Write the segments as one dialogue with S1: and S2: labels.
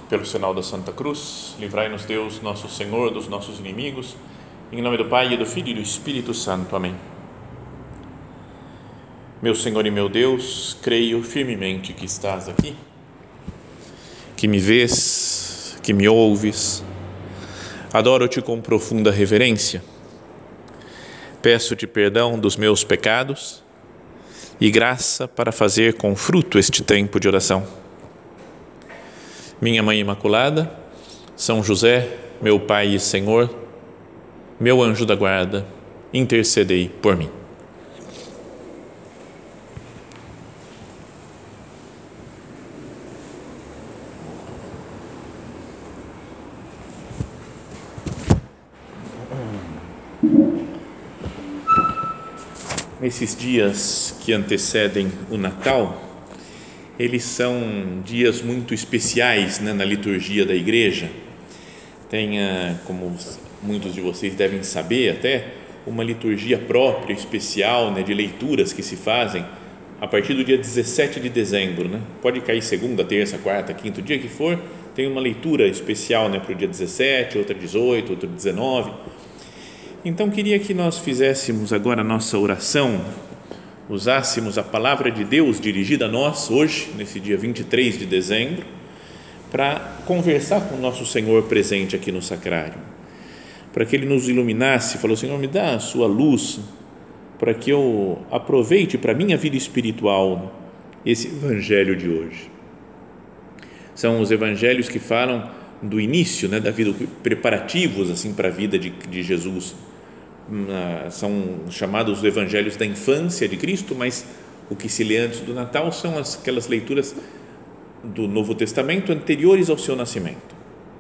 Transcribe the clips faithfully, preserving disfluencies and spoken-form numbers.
S1: Pelo sinal da Santa Cruz, livrai-nos Deus, nosso Senhor, dos nossos inimigos, em nome do Pai, e do Filho e do Espírito Santo. Amém. Meu Senhor e meu Deus, creio firmemente que estás aqui, que me vês, que me ouves. Adoro-te com profunda reverência. Peço-te perdão dos meus pecados e graça para fazer com fruto este tempo de oração. Minha Mãe Imaculada, São José, meu Pai e Senhor, meu anjo da guarda, intercedei por mim. Nesses dias que antecedem o Natal, eles são dias muito especiais, né, na liturgia da igreja. Tem, como muitos de vocês devem saber até, uma liturgia própria, especial, né, de leituras que se fazem a partir do dia dezessete de dezembro. Né? Pode cair segunda, terça, quarta, quinto, dia que for, tem uma leitura especial, né, para o dia dezessete, outra dezoito, outra dezenove. Então, queria que nós fizéssemos agora a nossa oração, usássemos a palavra de Deus dirigida a nós hoje, nesse dia vinte e três de dezembro, para conversar com o nosso Senhor presente aqui no sacrário, para que Ele nos iluminasse. Falou: Senhor, me dá a sua luz, para que eu aproveite para a minha vida espiritual esse evangelho de hoje. São os evangelhos que falam do início, né, da vida, preparativos assim para a vida de, de Jesus. São chamados os evangelhos da infância de Cristo, mas o que se lê antes do Natal são aquelas leituras do Novo Testamento anteriores ao seu nascimento.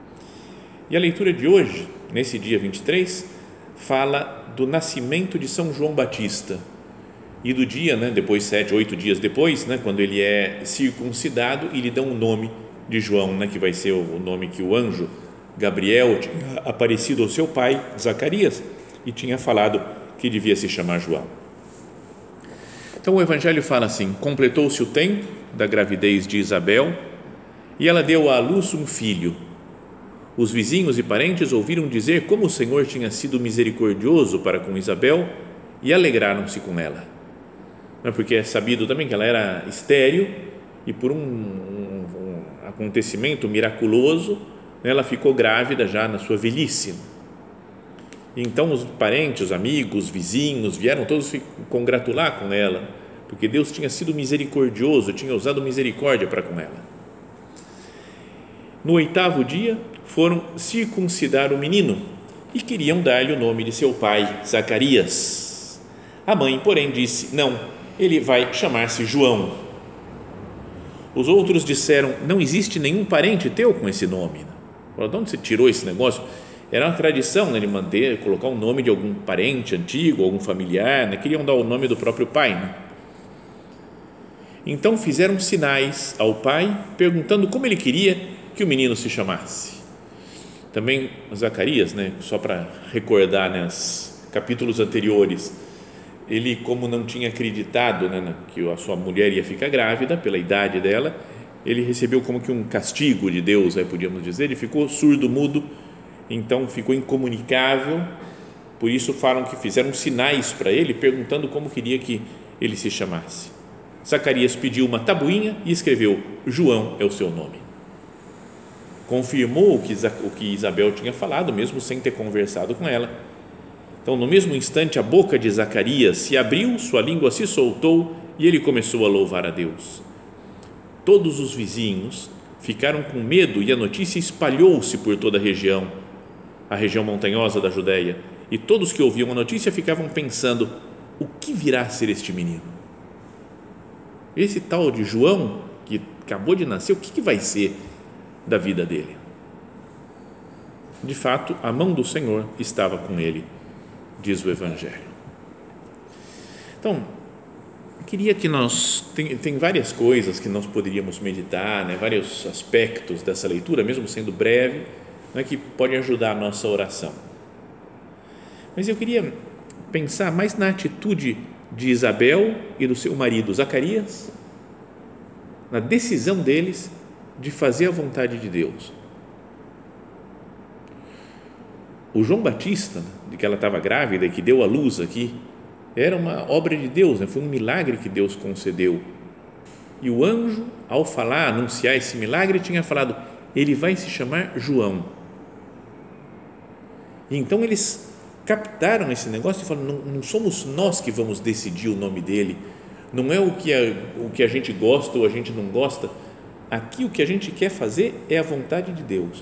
S1: E a leitura de hoje, nesse dia vinte e três, fala do nascimento de São João Batista e do dia, né, depois, sete, oito dias depois, né, quando ele é circuncidado e lhe dão o nome de João, né, que vai ser o nome que o anjo Gabriel tinha aparecido ao seu pai, Zacarias, e tinha falado que devia se chamar João. Então o Evangelho fala assim: completou-se o tempo da gravidez de Isabel e ela deu à luz um filho. Os vizinhos e parentes ouviram dizer como o Senhor tinha sido misericordioso para com Isabel e alegraram-se com ela. Não é porque é sabido também que ela era estéril e por um, um, um acontecimento miraculoso ela ficou grávida já na sua velhice. Então os parentes, os amigos, os vizinhos vieram todos se congratular com ela, porque Deus tinha sido misericordioso, tinha usado misericórdia para com ela. No oitavo dia foram circuncidar o menino e queriam dar-lhe o nome de seu pai, Zacarias. A mãe, porém, disse: não, ele vai chamar-se João. Os outros disseram: não existe nenhum parente teu com esse nome. De onde você tirou esse negócio? Era uma tradição, né, de manter, colocar o nome de algum parente antigo, algum familiar, né, queriam dar o nome do próprio pai. Né? Então fizeram sinais ao pai, perguntando como ele queria que o menino se chamasse. Também Zacarias, né, só para recordar, né, nos capítulos anteriores, ele, como não tinha acreditado, né, que a sua mulher ia ficar grávida pela idade dela, ele recebeu como que um castigo de Deus, aí podíamos dizer, ele ficou surdo-mudo, então ficou incomunicável. Por isso falam que fizeram sinais para ele, perguntando como queria que ele se chamasse. Zacarias pediu uma tabuinha e escreveu: João é o seu nome. Confirmou o que, o que Isabel tinha falado, mesmo sem ter conversado com ela. Então, no mesmo instante, a boca de Zacarias se abriu, sua língua se soltou e ele começou a louvar a Deus. Todos os vizinhos ficaram com medo e a notícia espalhou-se por toda a região, a região montanhosa da Judeia, e todos que ouviam a notícia ficavam pensando: o que virá a ser este menino? Esse tal de João, que acabou de nascer, o que, que vai ser da vida dele? De fato, a mão do Senhor estava com ele, diz o Evangelho. Então, queria que nós, tem, tem várias coisas que nós poderíamos meditar, né, vários aspectos dessa leitura, mesmo sendo breve, né, que podem ajudar a nossa oração. Mas eu queria pensar mais na atitude de Isabel e do seu marido Zacarias, na decisão deles de fazer a vontade de Deus, o João Batista, de que ela estava grávida e que deu à luz aqui, era uma obra de Deus, né? Foi um milagre que Deus concedeu. E o anjo, ao falar, anunciar esse milagre, tinha falado, ele vai se chamar João. E então eles captaram esse negócio e falaram, não, não somos nós que vamos decidir o nome dele, não é o que, a, o que a gente gosta ou a gente não gosta, aqui o que a gente quer fazer é a vontade de Deus.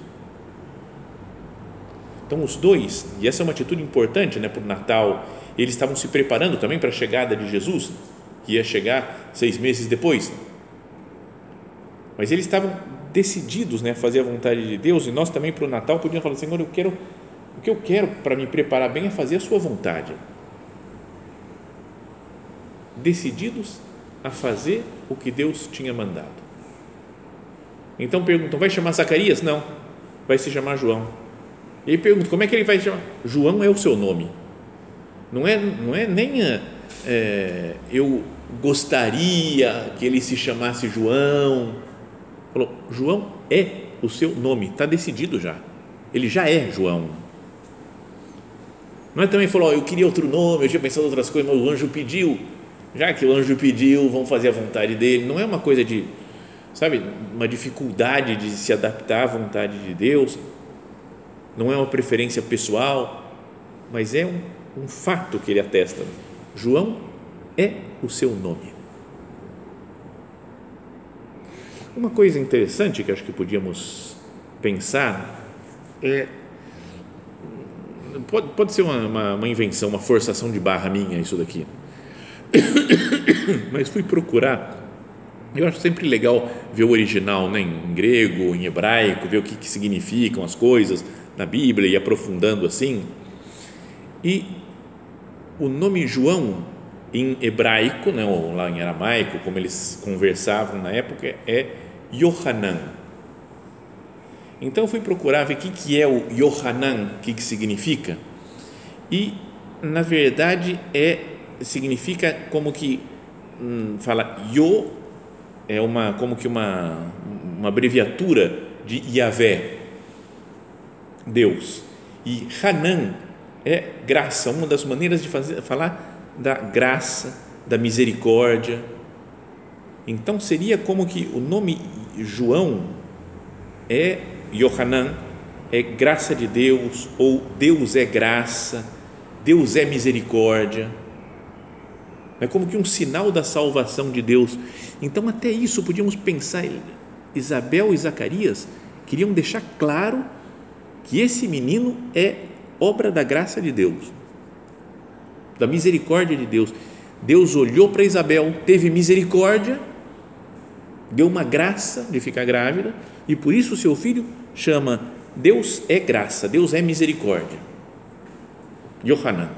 S1: Então os dois, e essa é uma atitude importante, né, para o Natal, eles estavam se preparando também para a chegada de Jesus, que ia chegar seis meses depois, mas eles estavam decididos, né, a fazer a vontade de Deus, e nós também para o Natal podíamos falar, Senhor, eu quero, o que eu quero para me preparar bem é fazer a sua vontade, decididos a fazer o que Deus tinha mandado. Então perguntam, vai chamar Zacarias? Não, vai se chamar João. E aí perguntam, como é que ele vai chamar? João é o seu nome, não é, não é nem é, eu gostaria que ele se chamasse João. Falou, João é o seu nome, está decidido já, ele já é João. Não é também falou, eu queria outro nome, eu tinha pensado em outras coisas, mas o anjo pediu, já que o anjo pediu, vamos fazer a vontade dele. Não é uma coisa de, sabe, uma dificuldade de se adaptar à vontade de Deus, não é uma preferência pessoal, mas é um, um fato que ele atesta. João é o seu nome. Uma coisa interessante que acho que podíamos pensar é, pode, pode ser uma, uma, uma invenção, uma forçação de barra minha isso daqui, mas fui procurar, eu acho sempre legal ver o original, né, em grego, em hebraico, ver o que, que significam as coisas na Bíblia e aprofundando assim, e o nome João em hebraico, né, ou lá em aramaico, como eles conversavam na época, é Yohanan. Então eu fui procurar ver o que, que é o Yohanan, o que, que significa, e na verdade é, significa como que hum, fala Yo é uma, como que uma, uma abreviatura de Yahvé, Deus, e Hanan é graça, uma das maneiras de fazer, falar da graça, da misericórdia. Então seria como que o nome João é Yohanan, é graça de Deus, ou Deus é graça, Deus é misericórdia, é como que um sinal da salvação de Deus. Então até isso podíamos pensar, Isabel e Zacarias queriam deixar claro que esse menino é obra da graça de Deus, da misericórdia de Deus. Deus olhou para Isabel, teve misericórdia, deu uma graça de ficar grávida, e por isso o seu filho chama Deus é graça, Deus é misericórdia. Yohanan.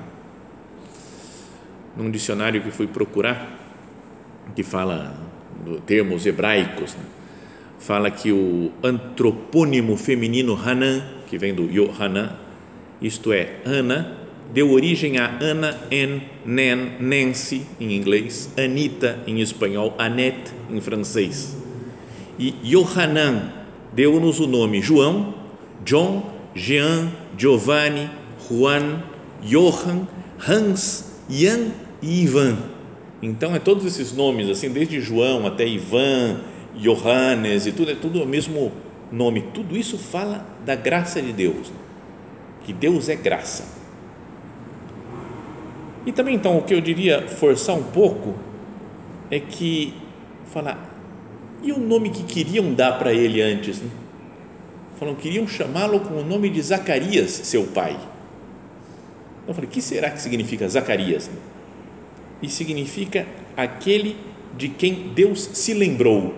S1: Num dicionário que fui procurar, que fala termos hebraicos, né, fala que o antropônimo feminino Hanan, que vem do Yohanan, isto é, Ana, deu origem a Ana, Anne, Nan, Nancy em inglês, Anita em espanhol, Annette em francês, e Yohanan deu-nos o nome João, John, Jean, Giovanni, Juan, Johann, Hans, Jan e Ivan. Então é todos esses nomes assim, desde João até Ivan, Johannes e tudo, é tudo o mesmo nome. Tudo isso fala da graça de Deus, que Deus é graça. E também então o que eu diria forçar um pouco é que falar, e o nome que queriam dar para ele antes, né? Falam, queriam chamá-lo com o nome de Zacarias, seu pai. Eu falei, o que será que significa Zacarias? E significa aquele de quem Deus se lembrou.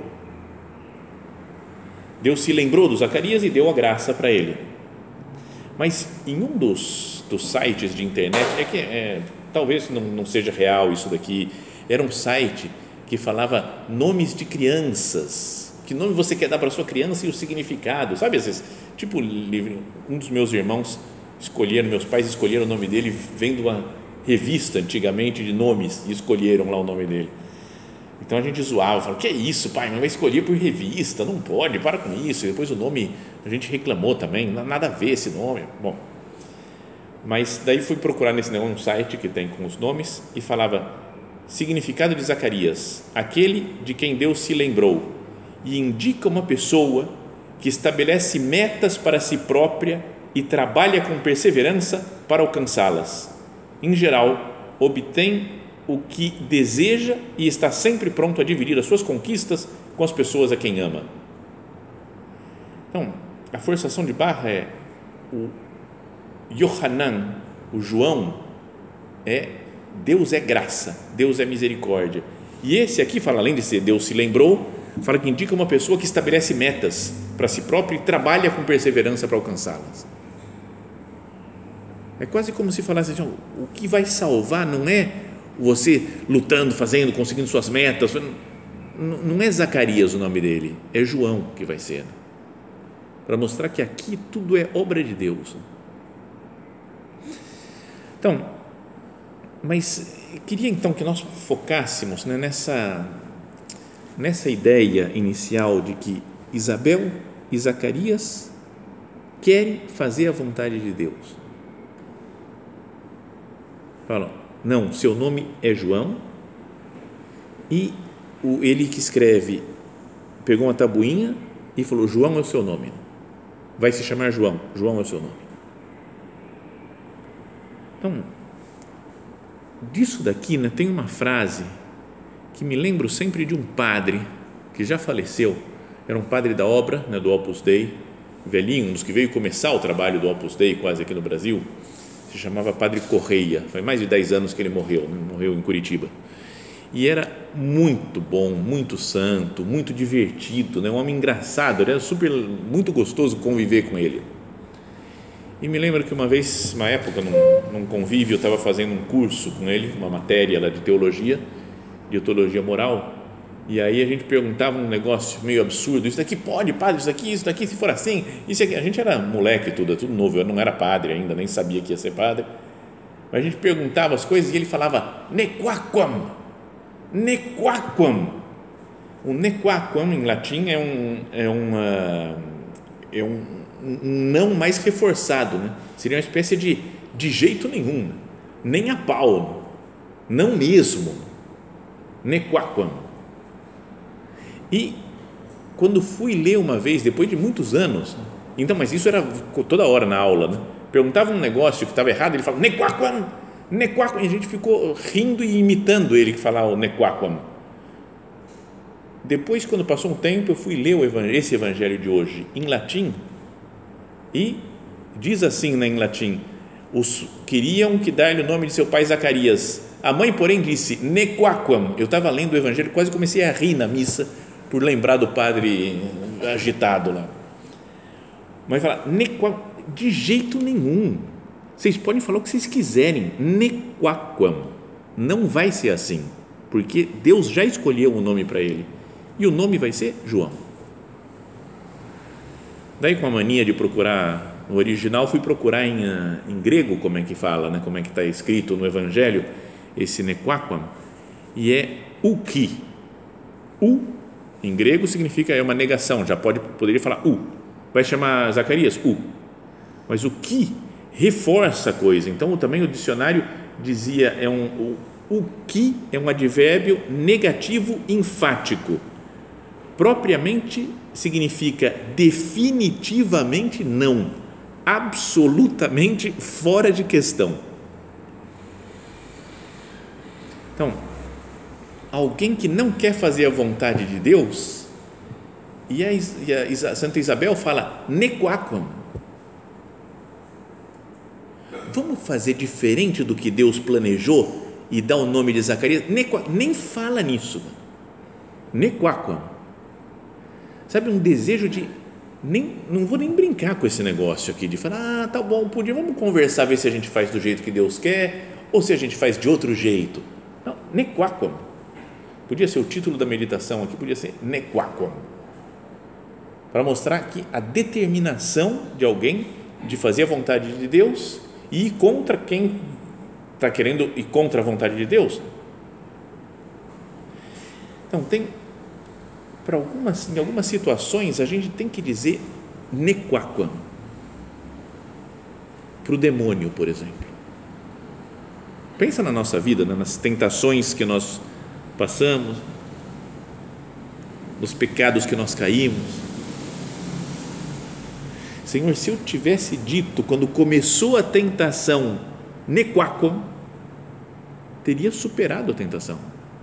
S1: Deus se lembrou do Zacarias e deu a graça para ele. Mas em um dos, dos sites de internet, é que é, talvez não, não seja real isso daqui, era um site que falava nomes de crianças, que nome você quer dar para a sua criança e o significado, sabe, às vezes, tipo, um dos meus irmãos escolheram, meus pais escolheram o nome dele vendo uma revista antigamente de nomes e escolheram lá o nome dele. Então a gente zoava, falava, que é isso, pai, não vai escolher por revista, não pode, para com isso. E depois o nome, a gente reclamou também, nada a ver esse nome. Bom, Mas daí fui procurar nesse um site que tem com os nomes e falava significado de Zacarias, aquele de quem Deus se lembrou, e indica uma pessoa que estabelece metas para si própria e trabalha com perseverança para alcançá-las. Em geral, obtém o que deseja e está sempre pronto a dividir as suas conquistas com as pessoas a quem ama. Então, a forçação de barra é o Yohanan, o João, é Deus é graça, Deus é misericórdia. E esse aqui fala, além de ser Deus se lembrou, fala que indica uma pessoa que estabelece metas para si própria e trabalha com perseverança para alcançá-las. É quase como se falasse assim, o que vai salvar não é você lutando, fazendo, conseguindo suas metas, não é Zacarias o nome dele, é João que vai ser, para mostrar que aqui tudo é obra de Deus. Então, mas queria então que nós focássemos, né, nessa, nessa ideia inicial de que Isabel e Zacarias querem fazer a vontade de Deus. Falam, não, seu nome é João, e o, ele que escreve pegou uma tabuinha e falou, João é o seu nome, vai se chamar João, João é o seu nome. Então, disso daqui, né, tem uma frase que me lembro sempre de um padre que já faleceu, era um padre da obra, né, do Opus Dei, velhinho, um dos que veio começar o trabalho do Opus Dei quase aqui no Brasil, se chamava Padre Correia, foi mais de dez anos que ele morreu, né, morreu em Curitiba, e era muito bom, muito santo, muito divertido, né, um homem engraçado, era super, muito gostoso conviver com ele. E me lembro que uma vez, uma época, num, num convívio, eu estava fazendo um curso com ele, uma matéria lá de teologia, de teologia moral, e aí a gente perguntava um negócio meio absurdo, isso daqui pode, padre, isso daqui, isso daqui, se for assim, isso aqui. A gente era moleque tudo, tudo novo, eu não era padre ainda, nem sabia que ia ser padre, mas a gente perguntava as coisas e ele falava, nequaquam, nequaquam. O nequaquam em latim é um, é uma, é um não mais reforçado, né? Seria uma espécie de de jeito nenhum, nem a pau, não mesmo, nequaquam. E quando fui ler uma vez, depois de muitos anos, então, mas isso era toda hora na aula, né? Perguntava um negócio que estava errado, ele falava nequaquam, nequaquam, e a gente ficou rindo e imitando ele que falava o nequaquam. Depois, quando passou um tempo, eu fui ler o evangelho, esse evangelho de hoje em latim. E diz assim, né, em latim, os queriam que dar-lhe o nome de seu pai Zacarias, a mãe porém disse nequaquam. Eu estava lendo o evangelho, quase comecei a rir na missa por lembrar do padre agitado lá, mas fala nequaquam, de jeito nenhum, vocês podem falar o que vocês quiserem, nequaquam, não vai ser assim, porque Deus já escolheu um nome para ele, e o nome vai ser João. Daí, com a mania de procurar no original, fui procurar em, em grego como é que fala, né, como é que está escrito no evangelho esse nequaquam, e é o que. O em grego significa, é uma negação, já pode, poderia falar u, vai chamar Zacarias u, mas o que reforça a coisa. Então também o dicionário dizia, é um, o, o que é um advérbio negativo enfático, propriamente significa definitivamente não, absolutamente fora de questão. Então, alguém que não quer fazer a vontade de Deus, e a, e a Santa Isabel fala nequaquam, vamos fazer diferente do que Deus planejou e dar o nome de Zacarias, nequaquam, nem fala nisso, nequaquam, sabe, um desejo de nem, não vou nem brincar com esse negócio aqui de falar, ah, tá bom, podia, vamos conversar, ver se a gente faz do jeito que Deus quer ou se a gente faz de outro jeito. Não, nequaquam, podia ser o título da meditação aqui, podia ser nequaquam, para mostrar aqui a determinação de alguém de fazer a vontade de Deus e ir contra quem está querendo ir contra a vontade de Deus. Então, tem, para algumas, em algumas situações, a gente tem que dizer nequaquam. para o demônio, por exemplo. Pensa na nossa vida, nas tentações que nós passamos, nos pecados que nós caímos. Senhor, se eu tivesse dito quando começou a tentação, nequaquam, teria superado a tentação.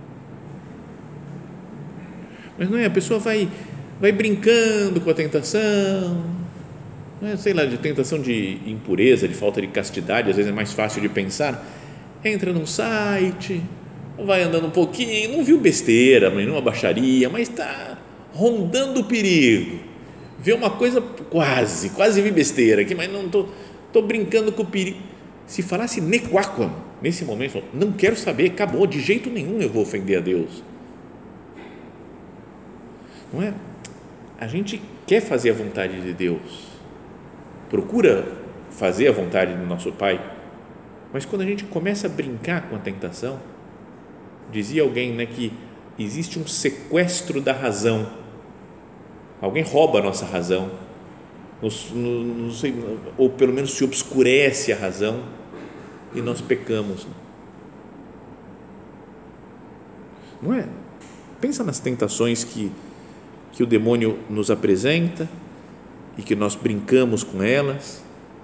S1: Mas não é, a pessoa vai, vai brincando com a tentação, não é, sei lá, de tentação de impureza, de falta de castidade, às vezes é mais fácil de pensar, entra num site, vai andando um pouquinho, não viu besteira, nenhuma baixaria, mas está rondando o perigo, vê uma coisa, quase, quase vi besteira aqui, mas não estou tô, tô brincando com o perigo. Se falasse nequaquam, nesse momento, não quero saber, acabou, de jeito nenhum eu vou ofender a Deus. Não é? A gente quer fazer a vontade de Deus, procura fazer a vontade do nosso Pai, mas quando a gente começa a brincar com a tentação, dizia alguém, né, que existe um sequestro da razão, alguém rouba a nossa razão, nos, no, não sei, ou pelo menos se obscurece a razão e nós pecamos. Não é? Pensa nas tentações que, que o demônio nos apresenta e que nós brincamos com elas.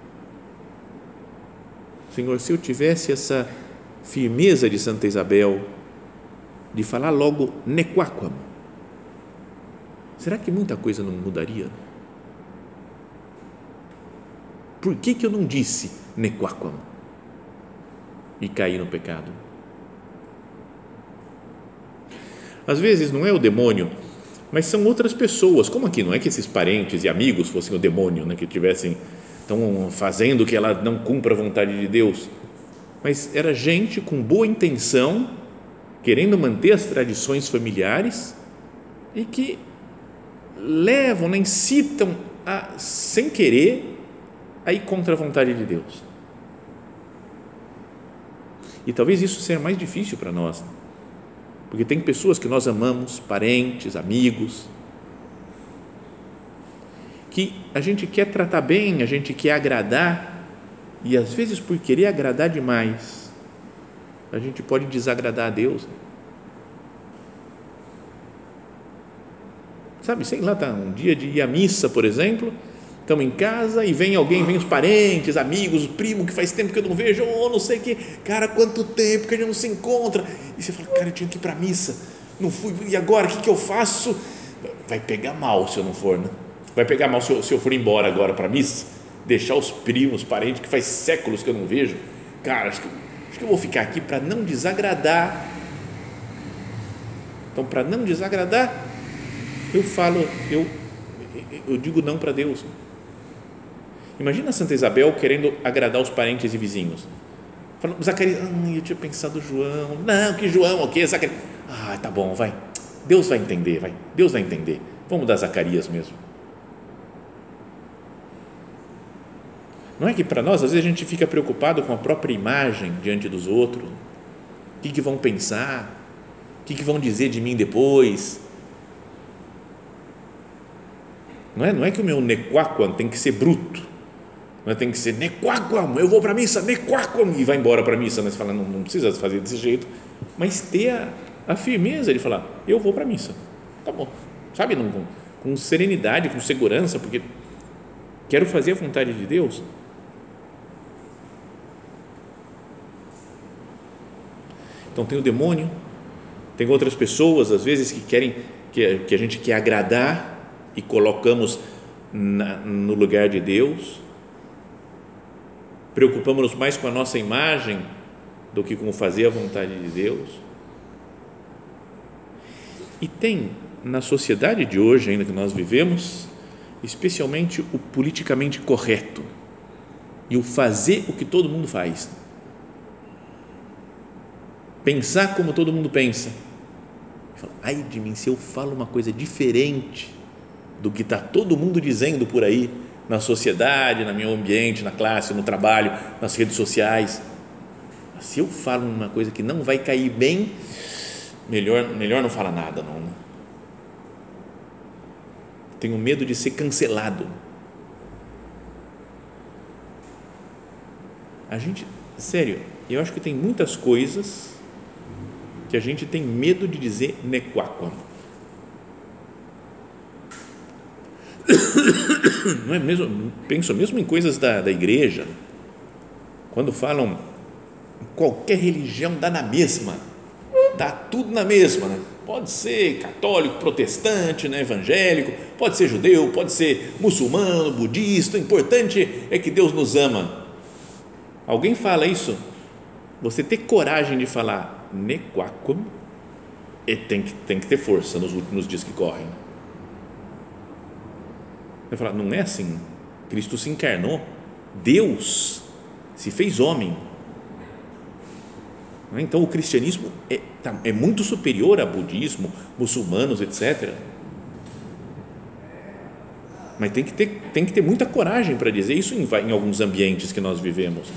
S1: Senhor, se eu tivesse essa firmeza de Santa Isabel, de falar logo nequaquam, será que muita coisa não mudaria? Por que que eu não disse nequaquam e caí no pecado? Às vezes não é o demônio, mas são outras pessoas, como aqui, não é que esses parentes e amigos fossem o demônio, né, que tivessem, estão fazendo que ela não cumpra a vontade de Deus, mas era gente com boa intenção, querendo manter as tradições familiares e que levam, né, incitam a, sem querer, a ir contra a vontade de Deus. E talvez isso seja mais difícil para nós, porque tem pessoas que nós amamos, parentes, amigos, que a gente quer tratar bem, a gente quer agradar, e às vezes por querer agradar demais, a gente pode desagradar a Deus. Sabe, sei lá, tá um dia de ir à missa, por exemplo, estamos em casa e vem alguém, vem os parentes, amigos, o primo que faz tempo que eu não vejo, ou não sei o que, cara, quanto tempo que a gente não se encontra, e você fala, cara, eu tinha que ir para a missa, não fui, e agora, o que, que eu faço? Vai pegar mal se eu não for, né? Vai pegar mal se eu, se eu for embora agora para a missa, deixar os primos, parentes, que faz séculos que eu não vejo, cara, acho que, acho que eu vou ficar aqui para não desagradar. Então, para não desagradar, eu falo, eu, eu digo não para Deus. Imagina Santa Isabel querendo agradar os parentes e vizinhos. Falando, Zacarias, ah, eu tinha pensado João. Não, que João, o que? Zacarias. Ah, tá bom, vai. Deus vai entender, vai. Deus vai entender. Vamos dar Zacarias mesmo. Não é que para nós, às vezes a gente fica preocupado com a própria imagem diante dos outros. O que, que vão pensar? O que, que vão dizer de mim depois? Não é, não é que o meu nequaquam tem que ser bruto. Não é, tem que ser nequaquam, eu vou para a missa, nequaquam, e vai embora para a missa. Mas você fala, não, não precisa fazer desse jeito. Mas ter a, a firmeza de falar, eu vou para a missa. Tá bom. Sabe, não, com, com serenidade, com segurança, porque quero fazer a vontade de Deus. Então tem o demônio, tem outras pessoas, às vezes, que querem, que, que a gente quer agradar e colocamos na, no lugar de Deus. Preocupamos-nos mais com a nossa imagem do que com fazer a vontade de Deus. E tem na sociedade de hoje, ainda que nós vivemos, especialmente o politicamente correto e o fazer o que todo mundo faz, pensar como todo mundo pensa. Ai de mim, se eu falo uma coisa diferente do que está todo mundo dizendo por aí, na sociedade, no meu ambiente, na classe, no trabalho, nas redes sociais, se eu falo uma coisa que não vai cair bem, melhor, melhor não falar nada, não, né? Tenho medo de ser cancelado. a gente, sério, eu acho que tem muitas coisas que a gente tem medo de dizer nequaquam. Não é mesmo? Penso mesmo em coisas da, da igreja, quando falam qualquer religião dá na mesma, dá tudo na mesma, né? Pode ser católico, protestante, né? Evangélico, pode ser judeu, pode ser muçulmano, budista, o importante é que Deus nos ama. Alguém fala isso, você ter coragem de falar nequaquam, e tem que, tem que ter força nos últimos dias que correm. Vai falar, não é assim, Cristo se encarnou, Deus se fez homem. Então o cristianismo é, é muito superior a budismo, muçulmanos, etcétera. Mas tem que ter, tem que ter muita coragem para dizer isso em, em alguns ambientes que nós vivemos.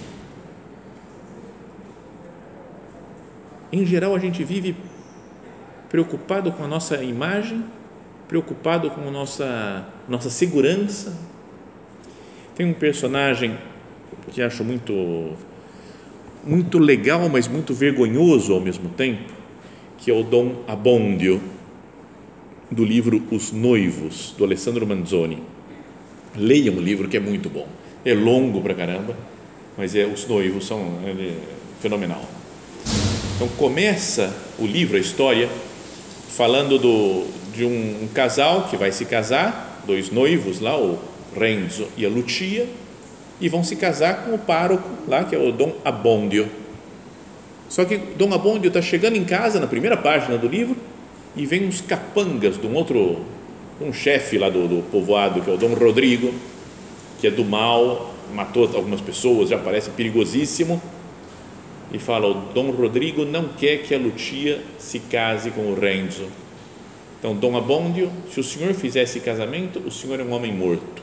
S1: Em geral, a gente vive preocupado com a nossa imagem, preocupado com a nossa, nossa segurança. Tem um personagem que acho muito, muito legal, mas muito vergonhoso ao mesmo tempo, que é o Dom Abbondio, do livro Os Noivos, do Alessandro Manzoni. Leiam o livro, que é muito bom. É longo pra caramba, mas é, Os Noivos são é, fenomenal. Então começa o livro, a história, falando do, de um, um casal que vai se casar, dois noivos lá, o Renzo e a Lucia, e vão se casar com o pároco lá, que é o Dom Abbondio. Só que Dom Abbondio está chegando em casa, na primeira página do livro, e vem uns capangas de um outro, um chefe lá do, do povoado, que é o Dom Rodrigo, que é do mal, matou algumas pessoas, já parece perigosíssimo, e fala, o Dom Rodrigo não quer que a Lucia se case com o Renzo. Então, Dom Abbondio, se o senhor fizer esse casamento, o senhor é um homem morto.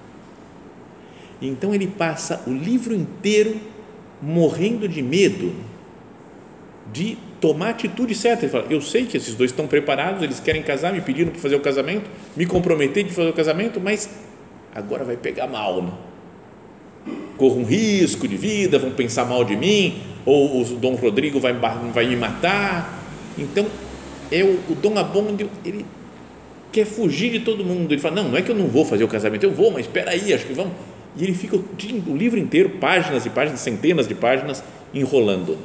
S1: Então ele passa o livro inteiro morrendo de medo de tomar a atitude certa. Ele fala, eu sei que esses dois estão preparados, eles querem casar, me pediram para fazer o casamento, me comprometer de fazer o casamento, mas agora vai pegar mal, né? Corro um risco de vida, vão pensar mal de mim, ou o Dom Rodrigo vai, vai me matar. Então é o, o Dom Abbondio, ele quer fugir de todo mundo. Ele fala, não, não é que eu não vou fazer o casamento, eu vou, mas espera aí, acho que vamos. E ele fica o, o livro inteiro, páginas e páginas, centenas de páginas, enrolando.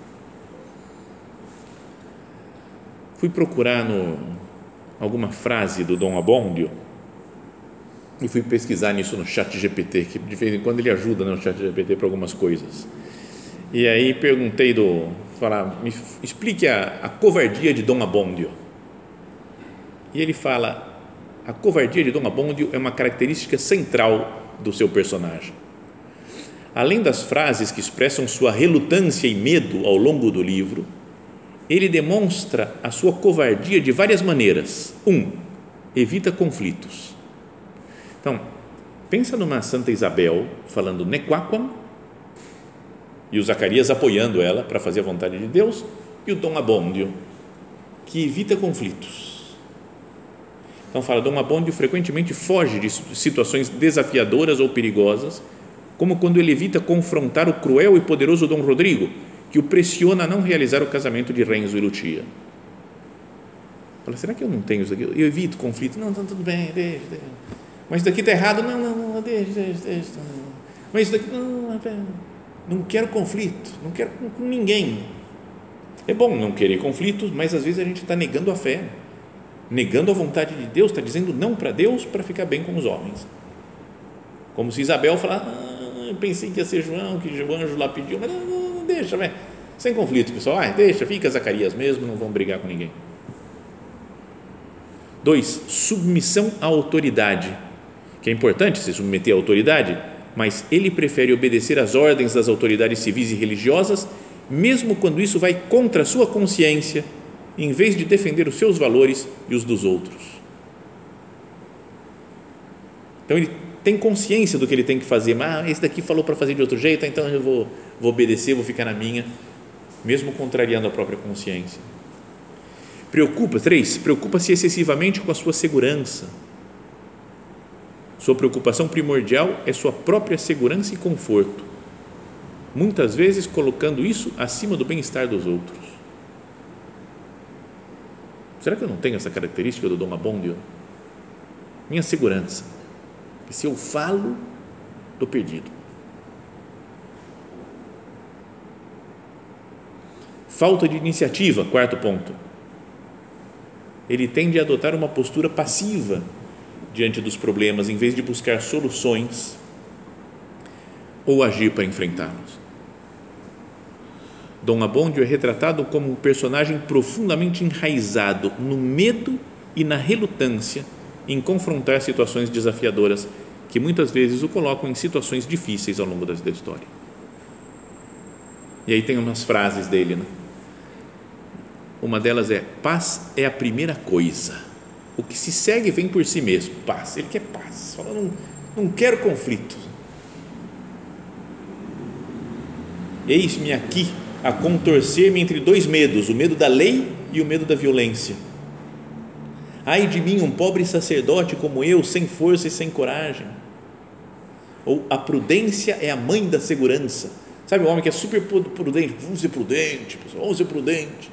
S1: Fui procurar no, alguma frase do Dom Abbondio e fui pesquisar nisso no chat G P T, que de vez em quando ele ajuda, né, no chat G P T para algumas coisas. E aí perguntei do, falar, me explique a, a covardia de Dom Abbondio. E ele fala, a covardia de Dom Abbondio é uma característica central do seu personagem. Além das frases que expressam sua relutância e medo ao longo do livro, ele demonstra a sua covardia de várias maneiras. Um, evita conflitos. Então, pensa numa Santa Isabel falando nequaquam, e o Zacarias apoiando ela para fazer a vontade de Deus, e o Dom Abbondio, que evita conflitos. Então fala, Dom Abbondio frequentemente foge de situações desafiadoras ou perigosas, como quando ele evita confrontar o cruel e poderoso Dom Rodrigo, que o pressiona a não realizar o casamento de Renzo e Lucia. Fala, será que eu não tenho isso aqui? Eu evito conflito. Não, não, tudo bem, deixa, deixa. Mas isso daqui está errado. Não, não, não, deixa, deixa, deixa. Mas isso daqui, não, não, não quero conflito, não quero com ninguém. É bom não querer conflitos, mas às vezes a gente está negando a fé, negando a vontade de Deus, está dizendo não para Deus para ficar bem com os homens. Como se Isabel falasse, ah, eu pensei que ia ser João, que o anjo lá pediu, mas não, não, não deixa, véio. Sem conflito, pessoal, ah, deixa, fica Zacarias mesmo, não vão brigar com ninguém. Dois, submissão à autoridade, que é importante se submeter à autoridade, mas ele prefere obedecer às ordens das autoridades civis e religiosas, mesmo quando isso vai contra a sua consciência, em vez de defender os seus valores e os dos outros. Então ele tem consciência do que ele tem que fazer, mas ah, esse daqui falou para fazer de outro jeito, então eu vou, vou obedecer, vou ficar na minha, mesmo contrariando a própria consciência. Preocupa, três, preocupa-se excessivamente com a sua segurança. Sua preocupação primordial é sua própria segurança e conforto. muitas vezes colocando isso acima do bem-estar dos outros. Será que eu não tenho essa característica do Dom Abbondio? Minha segurança, que se eu falo, estou perdido. Falta de iniciativa, quarto ponto. Ele tende a adotar uma postura passiva diante dos problemas, em vez de buscar soluções ou agir para enfrentá-los. Dom Abbondio é retratado como um personagem profundamente enraizado no medo e na relutância em confrontar situações desafiadoras que muitas vezes o colocam em situações difíceis ao longo da história. E aí tem umas frases dele, né? Uma delas é: paz é a primeira coisa. O que se segue vem por si mesmo. Paz. Ele quer paz. Fala, não, não quero conflito. Eis-me aqui a contorcer-me entre dois medos, o medo da lei e o medo da violência. Ai de mim, um pobre sacerdote como eu, sem força e sem coragem. Ou a prudência é a mãe da segurança. Sabe o homem que é super prudente? Vamos ser prudente, pessoal, vamos ser prudente.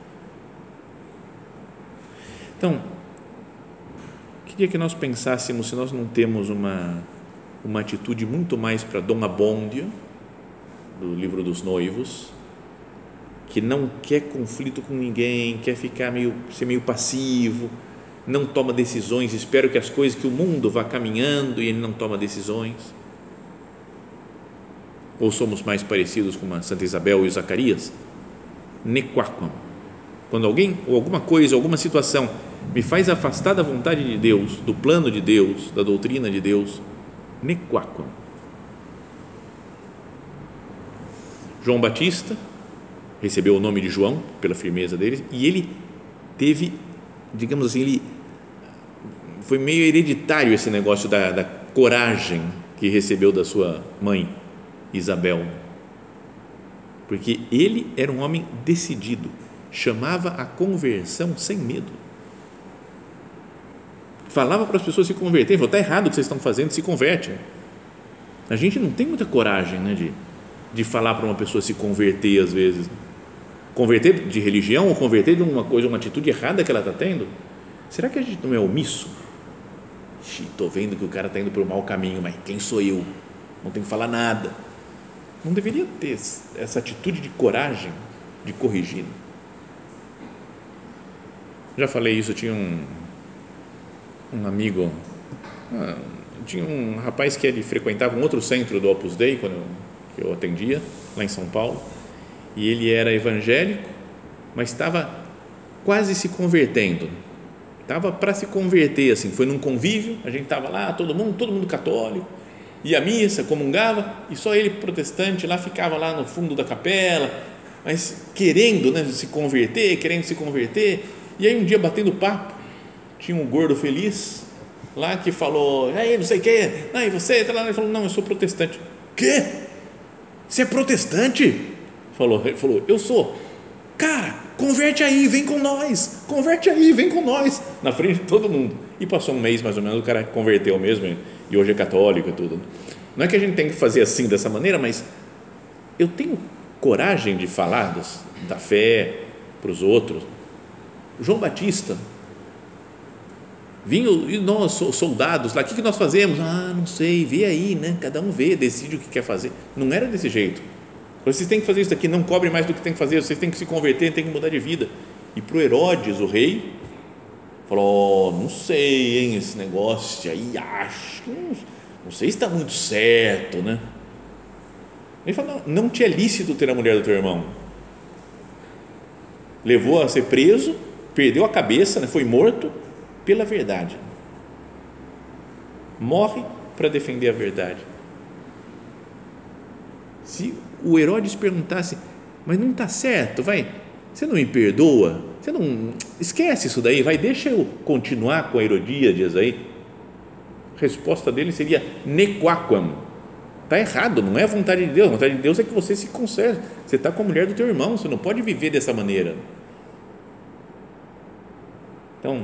S1: Então, queria que nós pensássemos se nós não temos uma, uma atitude muito mais para Dom Abbondio, do livro dos noivos, que não quer conflito com ninguém, quer ficar meio, ser meio passivo, não toma decisões, espera que as coisas, que o mundo vá caminhando e ele não toma decisões. Ou somos mais parecidos com a Santa Isabel e o Zacarias? Nequaquam. Quando alguém ou alguma coisa, alguma situação me faz afastar da vontade de Deus, do plano de Deus, da doutrina de Deus, nequaquam. João Batista recebeu o nome de João pela firmeza dele, e ele teve, digamos assim, ele foi meio hereditário esse negócio da, da coragem que recebeu da sua mãe Isabel, porque ele era um homem decidido, chamava a conversão sem medo, falava para as pessoas se converterem, falou, está errado o que vocês estão fazendo, se converte. A gente não tem muita coragem, né, de, de falar para uma pessoa se converter às vezes, converter de religião ou converter de uma coisa, uma atitude errada que ela está tendo. Será que a gente não é omisso? Estou vendo que o cara está indo para o mau caminho, mas quem sou eu? Não tenho que falar nada. Não deveria ter essa atitude de coragem de corrigir. Já falei isso, tinha um, um amigo, ah, tinha um rapaz que ele frequentava um outro centro do Opus Dei, quando eu, que eu atendia, lá em São Paulo, e ele era evangélico, mas estava quase se convertendo, estava para se converter, assim, foi num convívio, a gente estava lá, todo mundo, todo mundo católico, ia à missa, comungava, e só ele protestante lá, ficava lá no fundo da capela, mas querendo, né, se converter, querendo se converter. E aí um dia, batendo papo, tinha um gordo feliz lá que falou, aí não sei o que, não, e você? Ele falou, não, eu sou protestante. Quê? Você é protestante? Falou, ele falou, eu sou. Cara, converte aí, vem com nós, converte aí, vem com nós, na frente de todo mundo. E passou um mês mais ou menos, o cara converteu mesmo, e hoje é católico e tudo. Não é que a gente tem que fazer assim, dessa maneira, mas eu tenho coragem de falar dos, da fé para os outros. João Batista vinham, e nós soldados lá, o que nós fazemos? Ah, não sei, vê aí, né? Cada um vê, decide o que quer fazer. Não era desse jeito. Vocês têm que fazer isso daqui, não cobre mais do que tem que fazer, vocês têm que se converter, têm que mudar de vida. E para o Herodes, o rei, falou, oh, não sei, hein, esse negócio aí, acho, não, não sei se está muito certo, né? Ele falou, não, não te é lícito ter a mulher do teu irmão. Levou a ser preso, perdeu a cabeça, né, foi morto pela verdade. Morre para defender a verdade. Se o Herodes perguntasse, mas não está certo, vai, você não me perdoa? Você não, esquece isso daí, vai, deixa eu continuar com a Herodíades aí. A resposta dele seria nequaquam. Está errado, não é a vontade de Deus, a vontade de Deus é que você se conserte, você está com a mulher do teu irmão, você não pode viver dessa maneira. Então,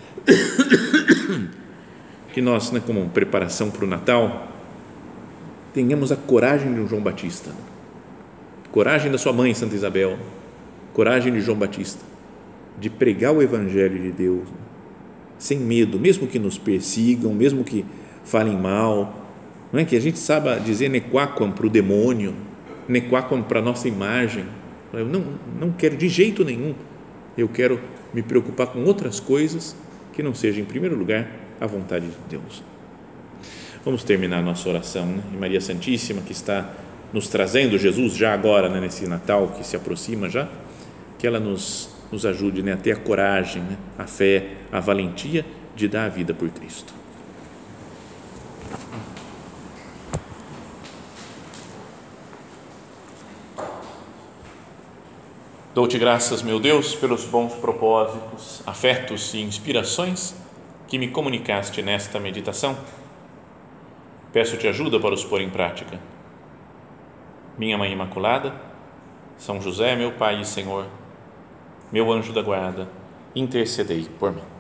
S1: que nós, né, como preparação para o Natal, tenhamos a coragem de um João Batista, coragem da sua mãe, Santa Isabel, coragem de João Batista, de pregar o Evangelho de Deus, sem medo, mesmo que nos persigam, mesmo que falem mal, não é? Que a gente saiba dizer nequaquam para o demônio, nequaquam para a nossa imagem. Eu não, não quero de jeito nenhum, eu quero me preocupar com outras coisas que não seja, em primeiro lugar, a vontade de Deus. Vamos terminar a nossa oração, né? E Maria Santíssima, que está nos trazendo Jesus já agora, né, nesse Natal que se aproxima já, que ela nos, nos ajude, né, a ter a coragem, né, a fé, a valentia de dar a vida por Cristo. Dou-te graças, meu Deus, pelos bons propósitos, afetos e inspirações que me comunicaste nesta meditação. Peço-te ajuda para os pôr em prática. Minha Mãe Imaculada, São José, meu Pai e Senhor, meu anjo da guarda, intercedei por mim.